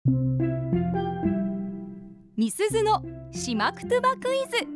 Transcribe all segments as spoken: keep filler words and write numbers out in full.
みすずのしまくとばクイズ。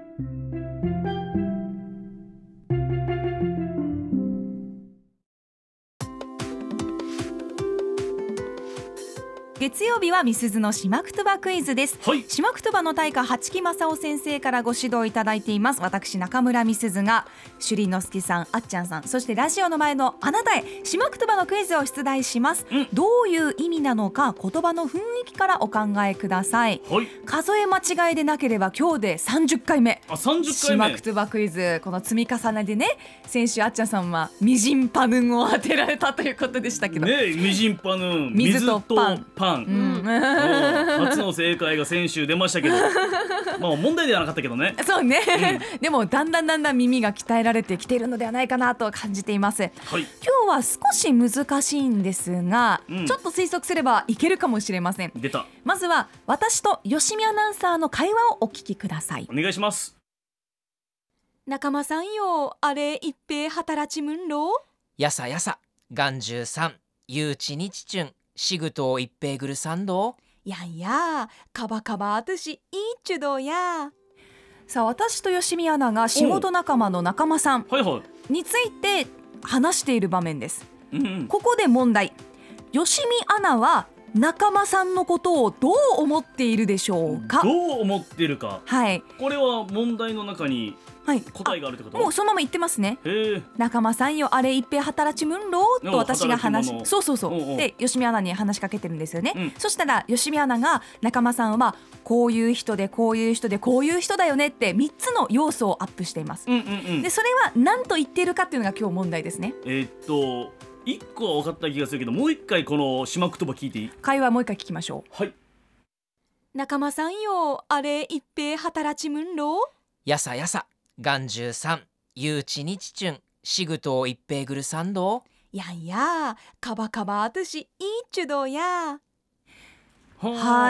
月曜日はみすずのしまくとばクイズです。 はい、 しまくとばの大家八木正夫先生からご指導いただいています。私中村みすずが朱里之助さん、あっちゃんさん、そしてラジオの前のあなたへしまくとばのクイズを出題します、うん、どういう意味なのか言葉の雰囲気からお考えください、はい、数え間違いでなければ今日でさんじゅっかいめ。 あ、さんじゅっかいめしまくとばクイズ、この積み重ねでね、先週あっちゃんさんはみじんパヌンを当てられたということでしたけどね、みじんパヌン、 水とパン、 パン、うん、初の正解が先週出ましたけどまあ問題ではなかったけどね。 そうね、うん、でもだんだんだんだん耳が鍛えられてきているのではないかなと感じています、はい、今日は少し難しいんですが、うん、ちょっと推測すればいけるかもしれません。 出た。 まずは私と吉見アナウンサーの会話をお聞きください。 お願いします。 仲間さんよ、あれ一平働ちむんろ。 やさやさ元十三ゆうちにちちゅんしぐと一平ぐるさんど。 やんやかばかばあとしいいっちゅどや。さあ、私と吉見アナが仕事仲間の仲間さんについて話している場面です、はいはい、ここで問題。吉見アナは仲間さんのことをどう思っているでしょうか。 どう思っているか、 はい、 これは問題の中に答えがあるってこと、はい、 もうそのまま言ってますね。仲間さんよ、あれ一平働ちむんろと私が話し、そうそうそう、おうおうで吉見アナに話しかけてるんですよね、うん、そしたら吉見アナが仲間さんはこういう人でこういう人でこういう人だよねってみっつの要素をアップしています、うんうんうん、でそれは何と言っているかっていうのが今日問題ですね。 えー、っといっこは分かった気がするけど、もういっかいこのしまくとば聞いていい？ 会話もう一回聞きましょう。 はい。 仲間さんよ、あれ一平働ちむんろ。 やさやさ元十三ゆうちにちちゅんしぐと一平ぐるさんど。 やんやかばかばあとしいいっちゅどや。 は、 はい、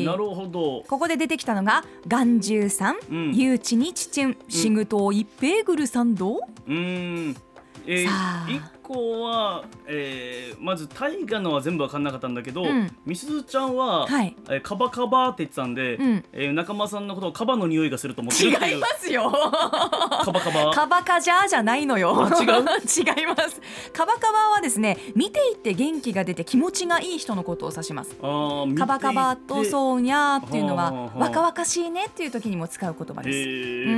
なるほど。 ここで出てきたのが元十三、うん、ゆうちにちちゅんしぐと一平ぐるさんど。 うーん、えー、いっこは、えー、まず大河のは全部分かんなかったんだけど、うん、みすずちゃんは、はい、えー、カバカバって言ってたんで、うん、えー、仲間さんのことをカバの匂いがすると思ってるっていう。 違いますよカバカバカバカジャーじゃないのよ。 違う違います。カバカバはですね、見ていて元気が出て気持ちがいい人のことを指します。あ、カバカバとそうにゃーっていうのは、はあはあ、若々しいねっていう時にも使う言葉です。うん、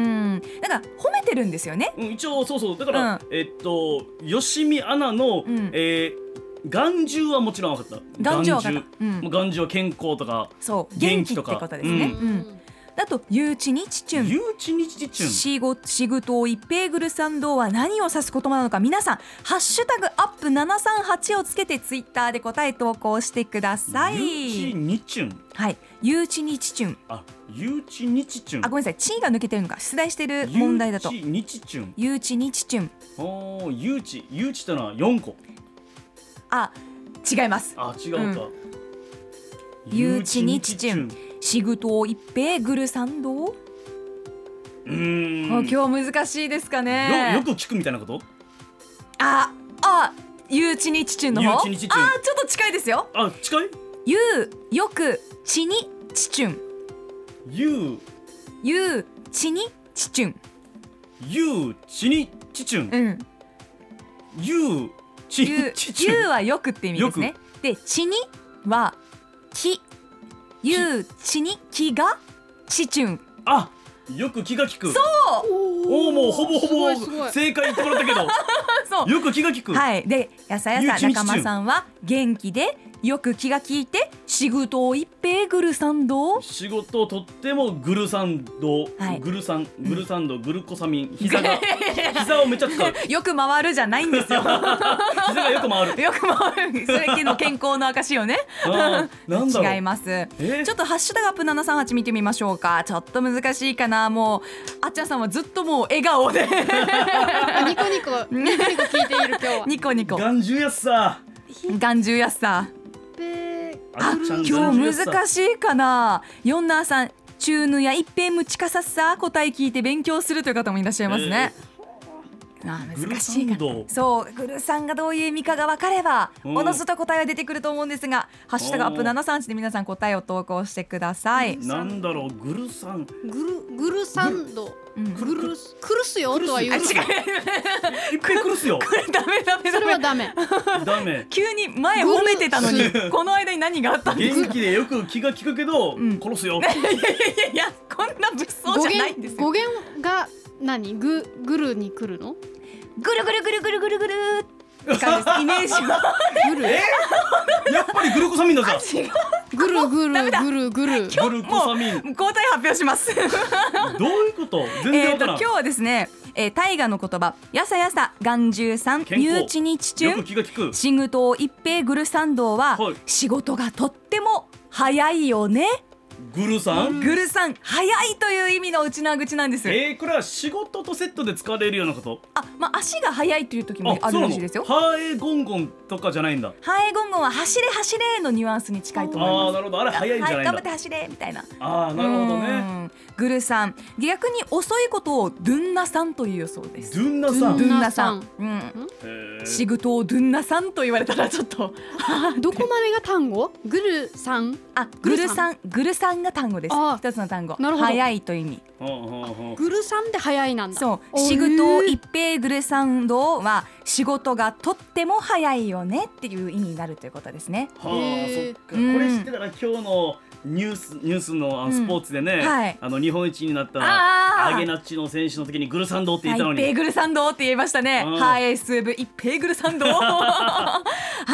だから褒めてるんですよね、 うん、一応そうそう、だから、うん、えっと吉見アナの、うん、えー眼中はもちろん分かった。 眼中は分かった、うん、 もう眼中は健康とか、 そう元気とか元気ってことですね、うんうん、あとゆうちにちちゅん、 ゆうちにちちゅんしごしぐと一平ぐるさんどは何を指す言葉なのか、皆さんハッシュタグアップななさんはちをつけてツイッターで答え投稿してください。 ゆうちにちゅん、 はい、ゆうちにちちゅん、 あ、ゆうちにちちゅん、 あ、ごめんなさい、ちが抜けてるのか、出題してる問題だとゆうちにちちゅん、 ゆうちにちちゅん、 おー、ゆうち、ゆうちってのはよんこ。 あ、違います。 あ、違うか、うん、 ゆうちにちちゅんしぐと一平ぐるさんど。うーん、今日難しいですかね。 よ, よく聞くみたいなこと。 ああ、ゆうちにちちゅんの方。 ゆうちにちちゅん、 あ、ちょっと近いですよ。 あ、近い。 ゆうよくちにちちゅん、 ゆうゆうちにちちゅん、 ゆうちにちちゅん、うん、ゆうちにちちゅん、 ゆうはよくって意味ですね。で、ちにはき、ゆうちにきがちちゅん。 あ、よく気が利く。 そう、 おお、もうほぼほぼ正解言ってもらったけどそうよく気が利く。 はい。で、やさやさ仲間さんは元気でよく気が利いて仕事を一平ぐるさんど。 仕事をとってもグルサンド、はい、グルサングルサンド、うん、グルコサミン、膝が膝をめっちゃ使う。 よく回るじゃないんですよ膝がよく回る。 よく回る。それの健康の証よねあ、なんだろう。 違います、えー、ちょっとハッシュタグアップななさんはち見てみましょうか。ちょっと難しいかな。もうあっちゃんさんはずっともう笑顔でニコニコニコニコ聞いている今日は。 ニコニコ。 眼中やっさ眼中やっさ。あ、今日難しいかな。ヨンナーさん、チューヌや一平ムチカサッサ、答え聞いて勉強するという方もいらっしゃいますね、 あ難しいかな。そうグルさんがどういう意味かが分かればおのずと答えは出てくると思うんですが、ハッシュタグアップななさんはちで皆さん答えを投稿してください。 なんだろう、グルさんグルグルサンドグルグルクルスよとは言う。 違ういっぺんクルスよ。 これダメダメダメ。 それはダメダメ。 急に前褒めてたのにこの間に何があったんですか。 元気でよく気が利くけど、うん、殺すよ。いやいやいやいやこんな物騒じゃないんですよ。 語源が何ググルに来るの？ ぐるぐるぐるぐるぐるぐるって感じです。イメージはグルえやっぱりグルコサミンだぞ。 ぐるぐるぐるぐるグルコサミン。 答え発表しますどういうこと？全然わからん。 えーと今日はですね、えー、大河の言葉やさやさ眼中さん身内にちちゅんシグト一平グルサンドは、はい、仕事がとっても早いよね。 グルさんグルさん早いという意味の内縄口なんです。 えー、これは仕事とセットで使われるようなこと？ あ、まあ足が速いという時もあるらしいですよ。 ハエゴンゴンとかじゃないんだ。 ハエゴンゴンは走れ走れのニュアンスに近いと思います。 ああなるほど、あれ速いんじゃないんだ。 はい、頑張って走れみたいな。 ああなるほどね。 グルさん逆に遅いことをドゥンナさんというそうです。 ドゥンナさんドゥンナさん、うん、仕事をドゥンナさんと言われたらちょっとどこまでが単語？グルさん？ あ、グルさんグルさんが単語です。一つの単語。早いという意味。 グルさんで早いなんだ。 そう、仕事一平グルサンドは仕事がとっても早いよねっていう意味になるということですね。 はあ、そっか。これ知ってたら今日のニュースニュースのあのスポーツでね、うんはい、あの日本一になったアゲナッチの選手の時にグルサンドって言ったのに、 一平グルサンドって言いましたね。はい、エスブ一平グルサンドはい、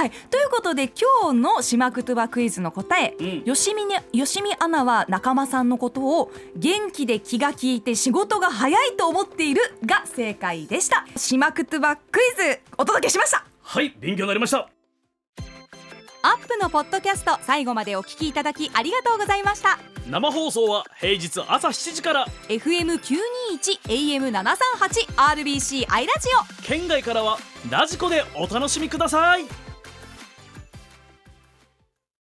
ということで今日のしまくとばクイズの答え、うん、よしみねよしみアナは仲間さんのことを元気で気が利いて仕事が早いと思っているが正解でした。しまくとばクイズお届けしました。 はい、勉強になりました。 アップのポッドキャスト最後までお聞きいただきありがとうございました。 生放送は平日朝しちじからエフエムきゅうにいち エーエムななさんはち アールビーシー アイラジオ、 県外からはラジコでお楽しみください。